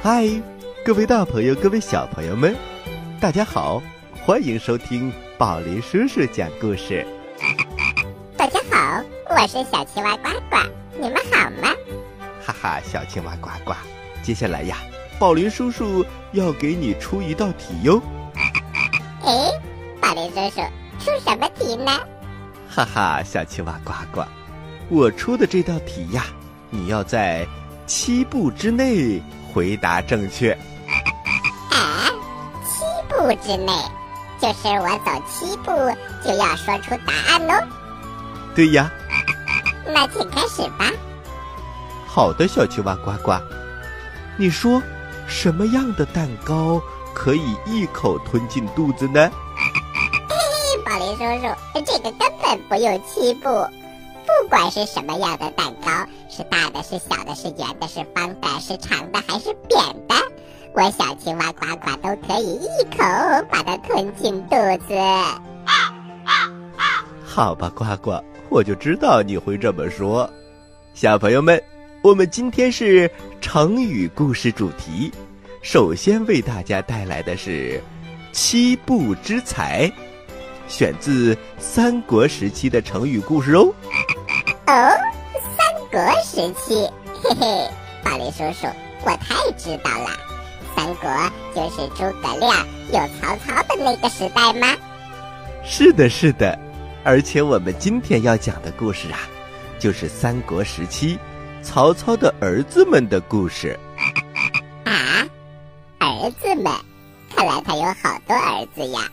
嗨，各位大朋友，各位小朋友们，大家好，欢迎收听宝林叔叔讲故事。 大家好，我是小青蛙呱呱，你们好吗？ 哈哈，小青蛙呱呱，接下来呀，宝林叔叔要给你出一道题哟。 诶，宝林叔叔出什么题呢？ 哈哈，小青蛙呱呱，我出的这道题呀，你要在7步之内回答正确。 啊，7步之内，就是我走7步就要说出答案喽？ 对呀。 那请开始吧。 好的，小青蛙呱呱，你说什么样的蛋糕可以一口吞进肚子呢？ 宝林叔叔，这个根本不用7步，不管是什么样的蛋糕，是大的是小的是圆的是方的是长的还是扁的，我小青蛙呱呱都可以一口把它吞进肚子。 好吧，呱呱，我就知道你会这么说。小朋友们，我们今天是成语故事主题，首先为大家带来的是7步之才，选自三国时期的成语故事哦。 哦，三国时期，嘿嘿，宝林叔叔，我太知道了。三国就是诸葛亮有曹操的那个时代吗？ 是的，是的。而且我们今天要讲的故事啊，就是三国时期曹操的儿子们的故事。 啊，儿子们，看来他有好多儿子呀。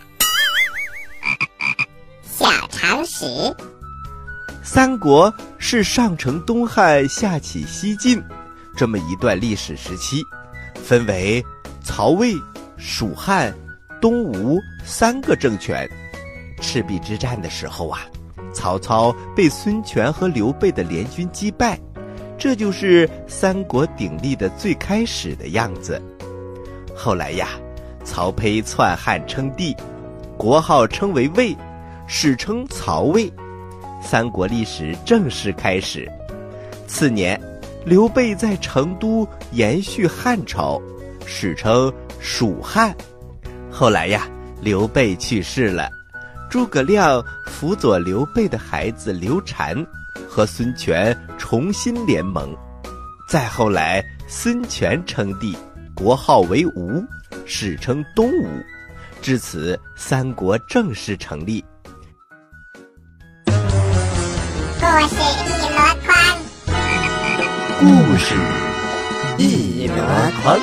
小常识， 三国是上承东汉，下启西晋这么一段历史时期，分为曹魏、蜀汉、东吴3个政权。赤壁之战的时候啊，曹操被孙权和刘备的联军击败，这就是三国鼎立的最开始的样子。后来呀，曹丕篡汉称帝，国号称为魏，史称曹魏，三国历史正式开始。次年，刘备在成都延续汉朝，史称蜀汉。后来呀，刘备去世了，诸葛亮辅佐刘备的孩子刘禅和孙权重新联盟。再后来，孙权称帝，国号为吴，史称东吴。至此，三国正式成立。 故事一箩筐， 故事一箩筐。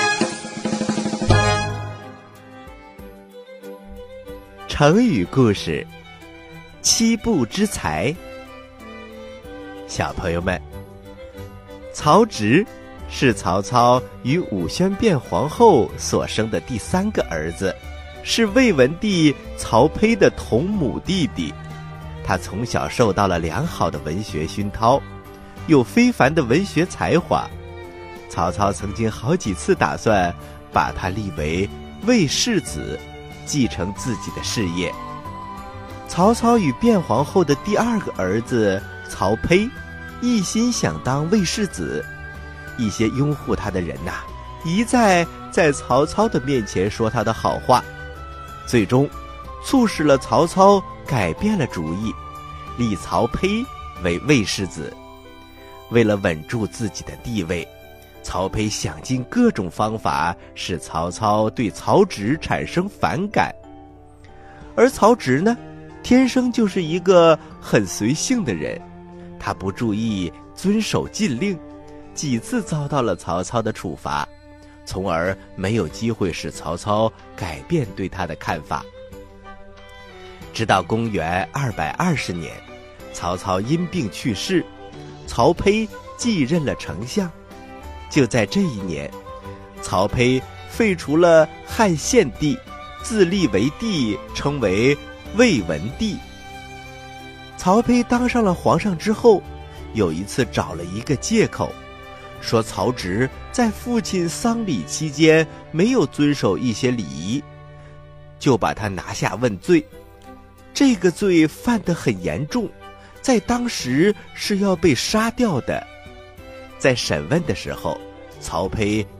成语故事7步之才。小朋友们，曹植是曹操与武宣变皇后所生的第3个儿子，是魏文帝曹丕的同母弟弟。他从小受到了良好的文学熏陶，有非凡的文学才华。曹操曾经好几次打算把他立为魏世子，继承自己的事业。曹操与卞皇后的第2个儿子曹丕一心想当魏世子，一些拥护他的人呐，一再在曹操的面前说他的好话，最终促使了曹操改变了主意，立曹丕为魏世子。为了稳住自己的地位，曹丕想尽各种方法使曹操对曹植产生反感。而曹植呢，天生就是一个很随性的人，他不注意遵守禁令，几次遭到了曹操的处罚，从而没有机会使曹操改变对他的看法。直到公元220年，曹操因病去世，曹丕继任了丞相。就在这一年，曹丕废除了汉献帝，自立为帝，称为魏文帝。曹丕当上了皇上之后，有一次找了一个借口，说曹植在父亲丧礼期间没有遵守一些礼仪，就把他拿下问罪。这个罪犯得很严重，在当时是要被杀掉的。在审问的时候，曹丕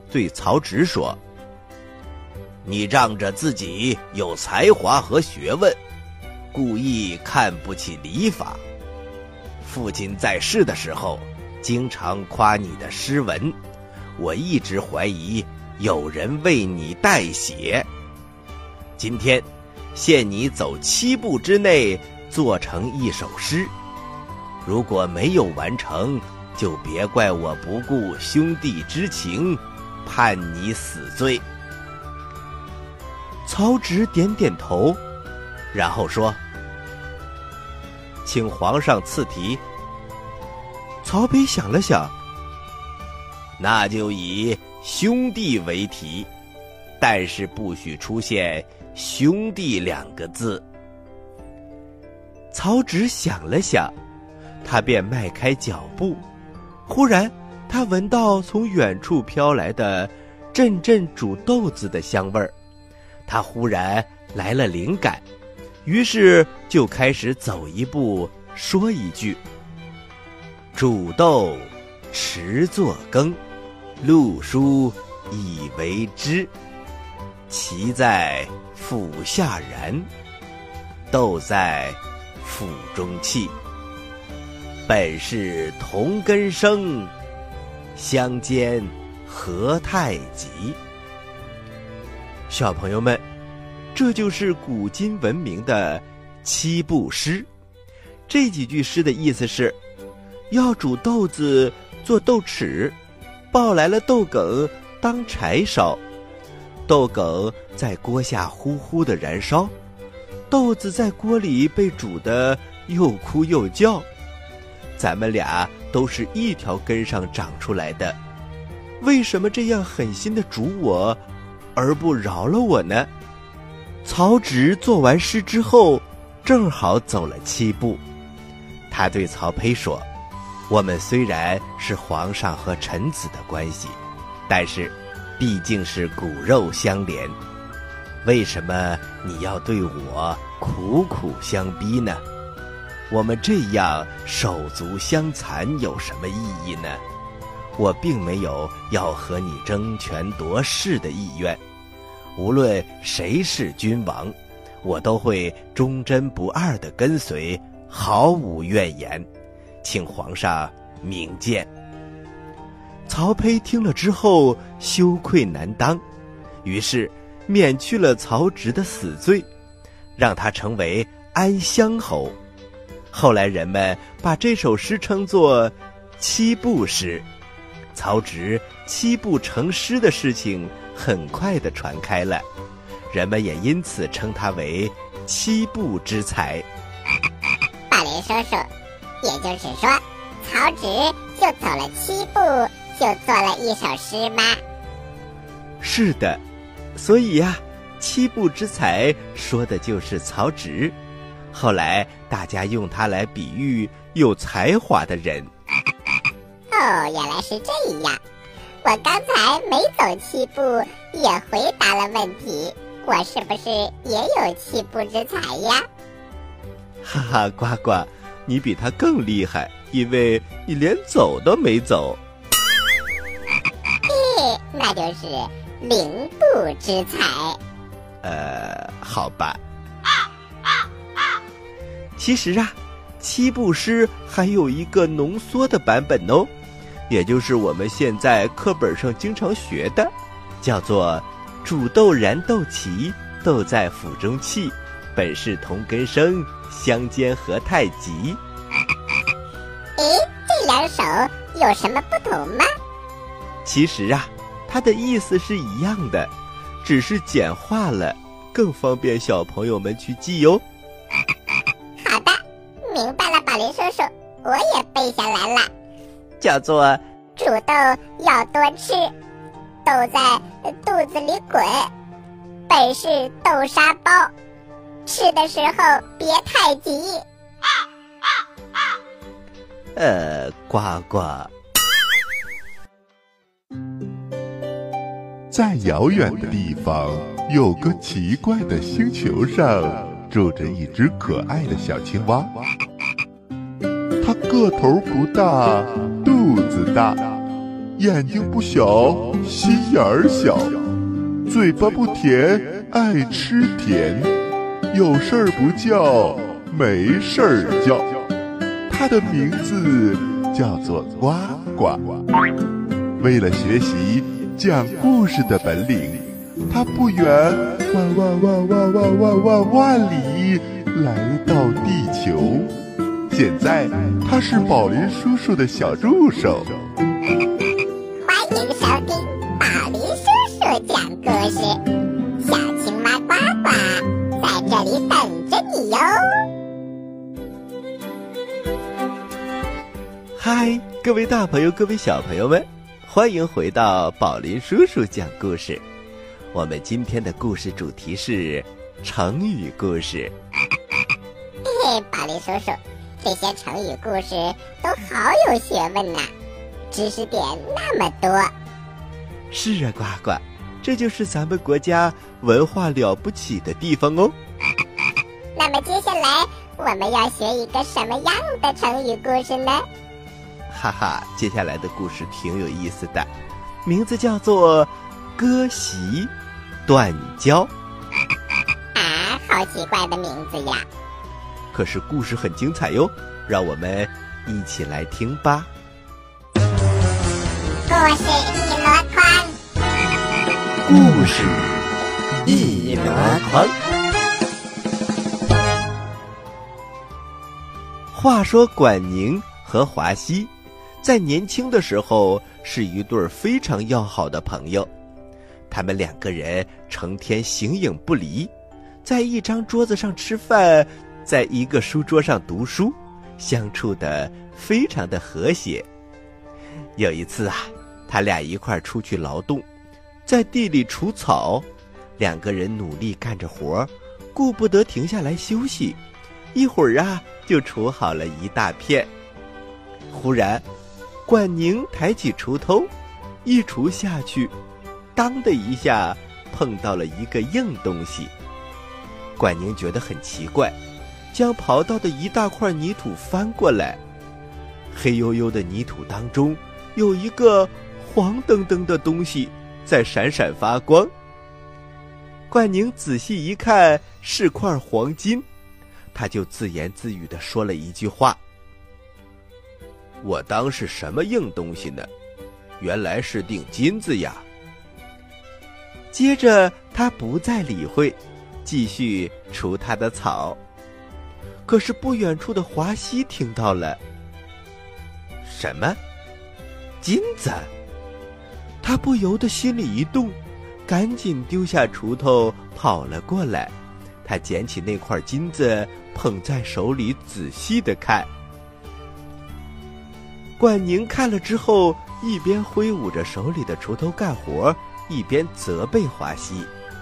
对曹植说：“你仗着自己有才华和学问，故意看不起礼法。父亲在世的时候，经常夸你的诗文，我一直怀疑有人为你代写。今天限你走7步之内做成一首诗，如果没有完成，就别怪我不顾兄弟之情，判你死罪。”曹植点点头，然后说：“请皇上赐题。”曹丕想了想：“那就以兄弟为题，但是不许出现兄弟2个字。”曹植想了想，他便迈开脚步。忽然他闻到从远处飘来的阵阵煮豆子的香味儿，他忽然来了灵感，于是就开始走一步说一句：“煮豆持作羹，陆书以为汁。萁在釜下燃，豆在釜中泣。本是同根生，相煎何太急。”小朋友们，这就是古今闻名的7步诗。这几句诗的意思是：要煮豆子做豆豉，抱来了豆梗当柴烧，豆梗在锅下呼呼地燃烧，豆子在锅里被煮得又哭又叫。咱们俩都是一条根上长出来的，为什么这样狠心地煮我，而不饶了我呢？曹植做完诗之后，正好走了7步。他对曹丕说：“我们虽然是皇上和臣子的关系，但是毕竟是骨肉相连，为什么你要对我苦苦相逼呢？我们这样手足相残有什么意义呢？我并没有要和你争权夺势的意愿，无论谁是君王，我都会忠贞不二地跟随，毫无怨言，请皇上明鉴。”曹丕听了之后羞愧难当，于是免去了曹植的死罪，让他成为安乡侯。后来人们把这首诗称作7步诗。曹植7步成诗的事情很快地传开了，人们也因此称他为7步之才。 宝林叔叔，也就是说，曹植就走了7步，就做了一首诗吗？ 是的，所以呀，7步之才说的就是曹植。后来大家用它来比喻有才华的人。 哦，原来是这样。我刚才没走7步，也回答了问题，我是不是也有7步之才呀？ 哈哈，呱呱，你比他更厉害，因为你连走都没走。 嘿，那就是0步之才。 好吧。其实啊，7步诗还有一个浓缩的版本哦，也就是我们现在课本上经常学的，叫做“煮豆燃豆萁，豆在釜中泣，本是同根生，相煎何太急。” 这2首有什么不同吗？ 其实啊，它的意思是一样的，只是简化了，更方便小朋友们去记哦。 好的，明白了，宝林叔叔，我也背下来了。 叫做煮豆要多吃，豆在肚子里滚，本是豆沙包，吃的时候别太急。 呱呱。 在遥远的地方，有个奇怪的星球上，住着一只可爱的小青蛙。它个头不大，肚子大， 眼睛不小，心眼儿小，嘴巴不甜，爱吃甜，有事儿不叫，没事儿叫。它的名字叫做呱呱。为了学习讲故事的本领，它不远万里来到地球。现在他是宝林叔叔的小助手。 欢迎收听宝林叔叔讲故事，小青蛙呱呱在这里等着你哟。 嗨，各位大朋友，各位小朋友们，欢迎回到宝林叔叔讲故事。我们今天的故事主题是成语故事。 嘿嘿，宝林叔叔，这些成语故事都好有学问呐，知识点那么多。 是啊，呱呱，这就是咱们国家文化了不起的地方哦。 那么接下来我们要学一个什么样的成语故事呢？ 哈哈，接下来的故事挺有意思的，名字叫做割席断交。 啊，好奇怪的名字呀！ 可是故事很精彩哟，让我们一起来听吧。 故事一箩筐， 故事一箩筐。话说管宁和华西在年轻的时候是一对非常要好的朋友，他们两个人成天形影不离，在一张桌子上吃饭，在一个书桌上读书，相处得非常的和谐。有一次啊，他俩一块儿出去劳动，在地里除草，两个人努力干着活，顾不得停下来休息，一会儿啊就除好了一大片。忽然管宁抬起锄头，一锄下去，当的一下碰到了一个硬东西。管宁觉得很奇怪，将刨到的一大块泥土翻过来，黑黝黝的泥土当中有一个黄澄澄的东西在闪闪发光。管宁仔细一看，是块黄金，他就自言自语地说了一句话：我当是什么硬东西呢？原来是锭金子呀。接着他不再理会，继续除他的草。可是不远处的华西听到了。什么？金子？他不由得心里一动，赶紧丢下锄头跑了过来。他捡起那块金子，捧在手里仔细地看。管宁看了之后，一边挥舞着手里的锄头干活，一边责备华西：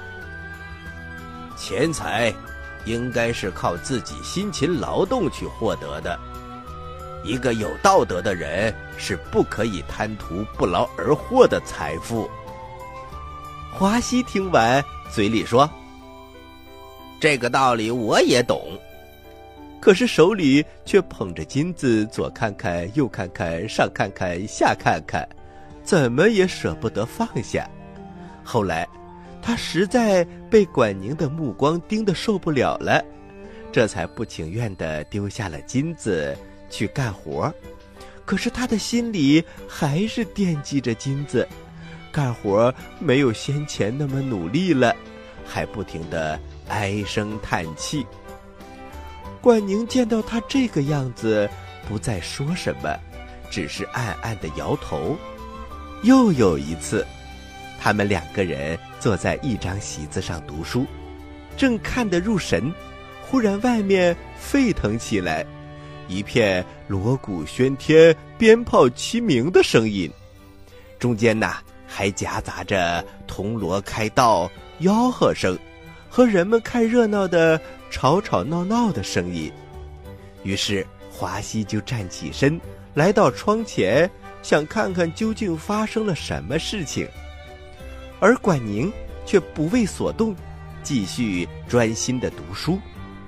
钱财应该是靠自己辛勤劳动去获得的，一个有道德的人是不可以贪图不劳而获的财富。华西听完，嘴里说：这个道理我也懂，可是手里却捧着金子，左看看右看看，上看看下看看，怎么也舍不得放下。后来他实在被管宁的目光盯得受不了了，这才不情愿地丢下了金子去干活。可是他的心里还是惦记着金子，干活没有先前那么努力了，还不停地唉声叹气。管宁见到他这个样子，不再说什么，只是暗暗地摇头。又有一次，他们两个人坐在一张席子上读书，正看得入神，忽然外面沸腾起来，一片锣鼓喧天、鞭炮齐鸣的声音，中间还夹杂着铜锣开道、吆喝声和人们看热闹的吵吵闹闹的声音。于是华西就站起身，来到窗前，想看看究竟发生了什么事情。而管宁却不为所动，继续专心地读书。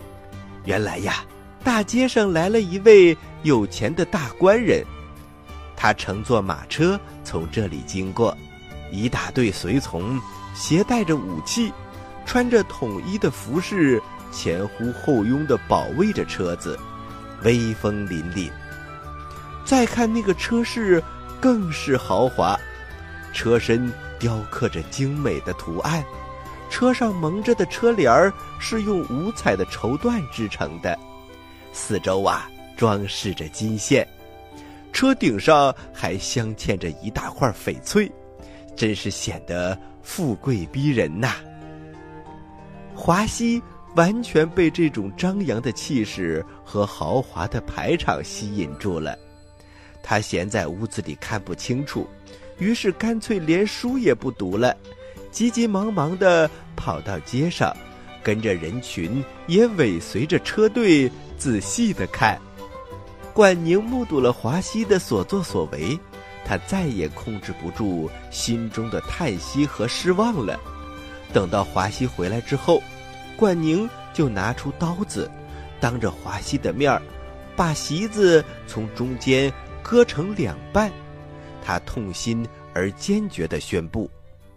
原来呀，大街上来了一位有钱的大官人， 他乘坐马车从这里经过，一大队随从携带着武器，穿着统一的服饰，前呼后拥地保卫着车子，威风凛凛。再看那个车饰更是豪华，车身雕刻着精美的图案，车上蒙着的车帘儿是用五彩的绸缎制成的，四周装饰着金线，车顶上还镶嵌着一大块翡翠，真是显得富贵逼人呐。华西完全被这种张扬的气势和豪华的排场吸引住了，他闲在屋子里看不清楚，于是干脆连书也不读了，急急忙忙地跑到街上，跟着人群也尾随着车队仔细地看。管宁目睹了华西的所作所为，他再也控制不住心中的叹息和失望了。等到华西回来之后，管宁就拿出刀子，当着华西的面把席子从中间割成2半。他痛心而坚决地宣布：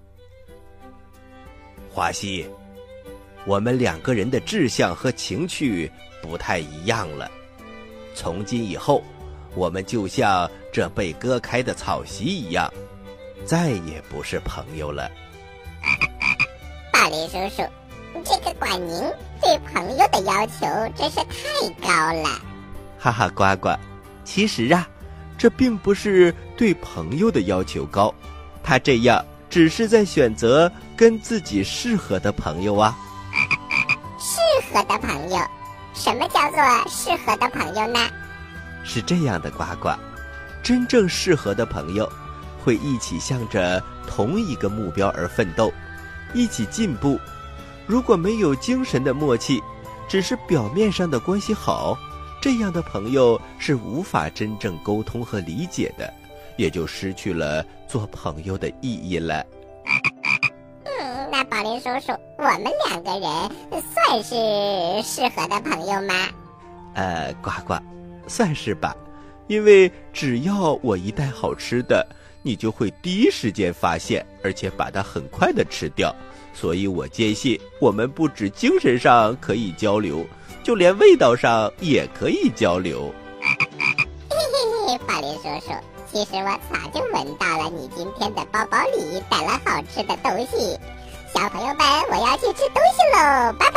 华西，我们2个人的志向和情趣不太一样了，从今以后，我们就像这被割开的草席一样，再也不是朋友了。 宝林叔叔，这个管宁对朋友的要求真是太高了。 哈哈，呱呱，其实这并不是对朋友的要求高，他这样只是在选择跟自己适合的朋友啊。 适合的朋友？什么叫做适合的朋友呢？ 是这样的，呱呱，真正适合的朋友会一起向着同一个目标而奋斗，一起进步。如果没有精神的默契，只是表面上的关系好，这样的朋友是无法真正沟通和理解的，也就失去了做朋友的意义了。 那宝林叔叔，我们2个人算是适合的朋友吗？ 呱呱，算是吧，因为只要我一带好吃的，你就会第一时间发现，而且把它很快地吃掉，所以我坚信我们不止精神上可以交流，就连味道上也可以交流。 嘿嘿嘿，宝林叔叔，其实我早就闻到了你今天的包包里带了好吃的东西。小朋友们，我要去吃东西喽，拜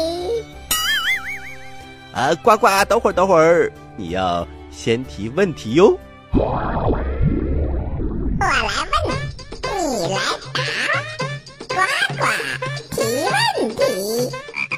拜。 呱呱，等会儿，你要先提问题哟。 我来问，你来答，呱呱提问题。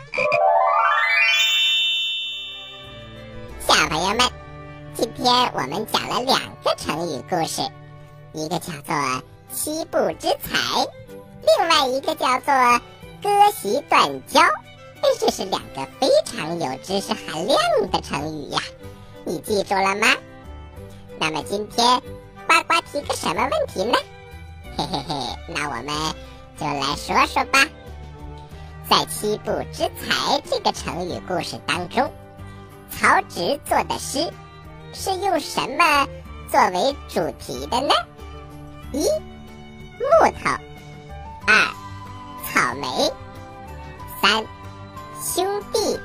小朋友们，今天我们讲了2个成语故事，一个叫做七步之才，另外一个叫做割席断交。这是2个非常有知识含量的成语呀，你记住了吗？那么今天呱呱提个什么问题呢？嘿嘿嘿，那我们就来说说吧。在七步之才这个成语故事当中，曹植做的诗是用什么作为主题的呢？1. 木头， 2. 草莓， 3. 兄弟。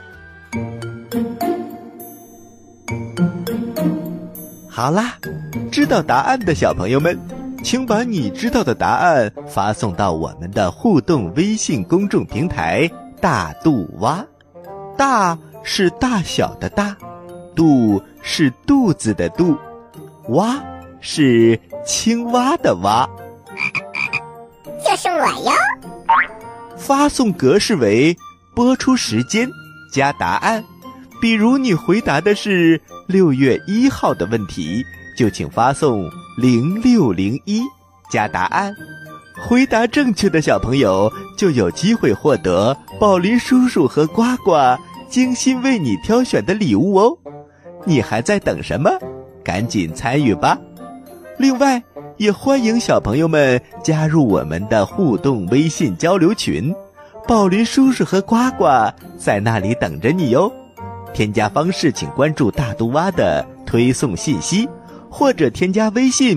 好啦，知道答案的小朋友们，请把你知道的答案发送到我们的互动微信公众平台大肚蛙。大是大小的大，肚是肚子的肚，蛙是青蛙的蛙。 就是我哟。 发送格式为播出时间加答案，比如你回答的是6月1号的问题，就请发送0601加答案。回答正确的小朋友就有机会获得宝林叔叔和呱呱精心为你挑选的礼物哦。你还在等什么？赶紧参与吧。另外，也欢迎小朋友们加入我们的互动微信交流群，宝林叔叔和呱呱在那里等着你哟。添加方式请关注大肚蛙的推送信息， 或者添加微信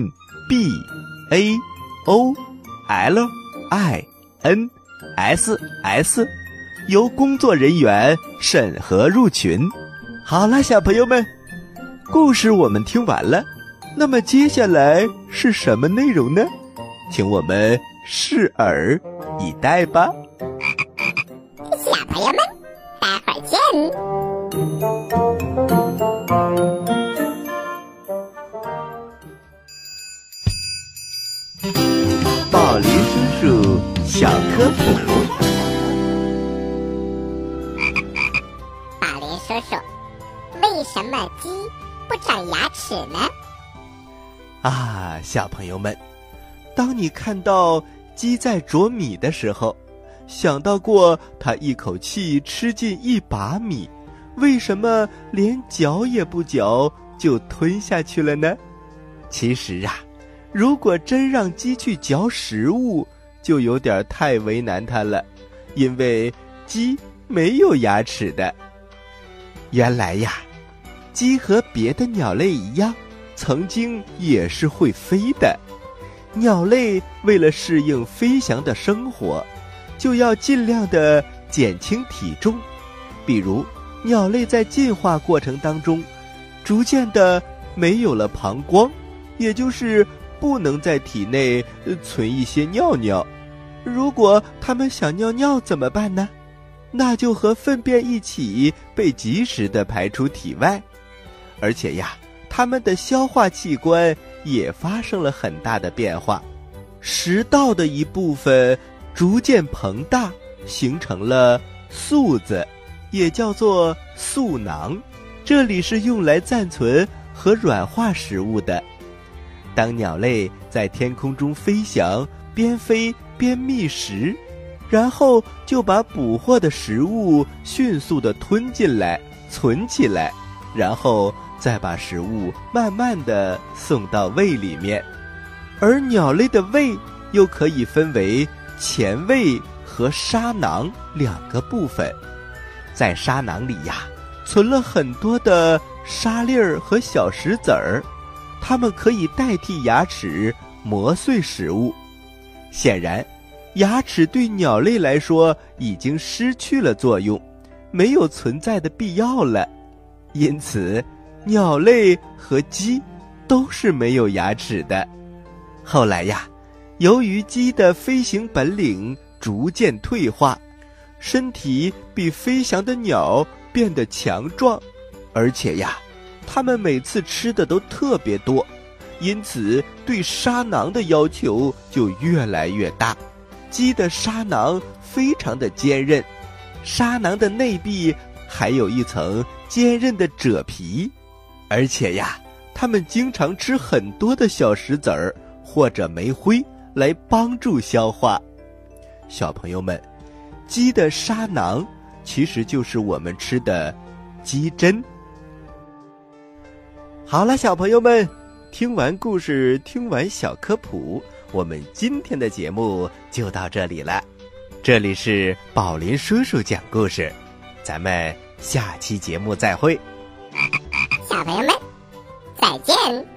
BAOLINSS， 由工作人员审核入群。好了，小朋友们，故事我们听完了，那么接下来是什么内容呢？请我们拭耳以待吧。 小朋友们，待会儿见。 宝林叔叔小科普。 宝林叔叔，为什么鸡不长牙齿呢？ 啊，小朋友们，当你看到鸡在啄米的时候，想到过它一口气吃进1把米，为什么连嚼也不嚼就吞下去了呢？其实啊，如果真让鸡去嚼食物，就有点太为难它了，因为鸡没有牙齿的。原来呀，鸡和别的鸟类一样，曾经也是会飞的。鸟类为了适应飞翔的生活，就要尽量的减轻体重。比如，鸟类在进化过程当中，逐渐的没有了膀胱，也就是不能在体内存一些尿尿。如果它们想尿尿怎么办呢？那就和粪便一起被及时的排出体外。而且呀，它们的消化器官也发生了很大的变化，食道的一部分逐渐膨大，形成了嗉子，也叫做嗉囊，这里是用来暂存和软化食物的。当鸟类在天空中飞翔，边飞边觅食，然后就把捕获的食物迅速地吞进来，存起来，然后再把食物慢慢地送到胃里面。而鸟类的胃又可以分为前胃和沙囊2个部分。在沙囊里呀，存了很多的沙粒儿和小石子儿，它们可以代替牙齿磨碎食物。显然，牙齿对鸟类来说已经失去了作用，没有存在的必要了。因此，鸟类和鸡都是没有牙齿的。后来呀，由于鸡的飞行本领逐渐退化，身体比飞翔的鸟变得强壮，而且呀，它们每次吃的都特别多，因此对沙囊的要求就越来越大。鸡的沙囊非常的坚韧，沙囊的内壁还有一层坚韧的赭皮，而且呀，它们经常吃很多的小石子儿或者煤灰来帮助消化。小朋友们，鸡的沙囊其实就是我们吃的鸡胗。好了，小朋友们，听完故事，听完小科普，我们今天的节目就到这里了。这里是宝林叔叔讲故事，咱们下期节目再会。 小朋友们，再见。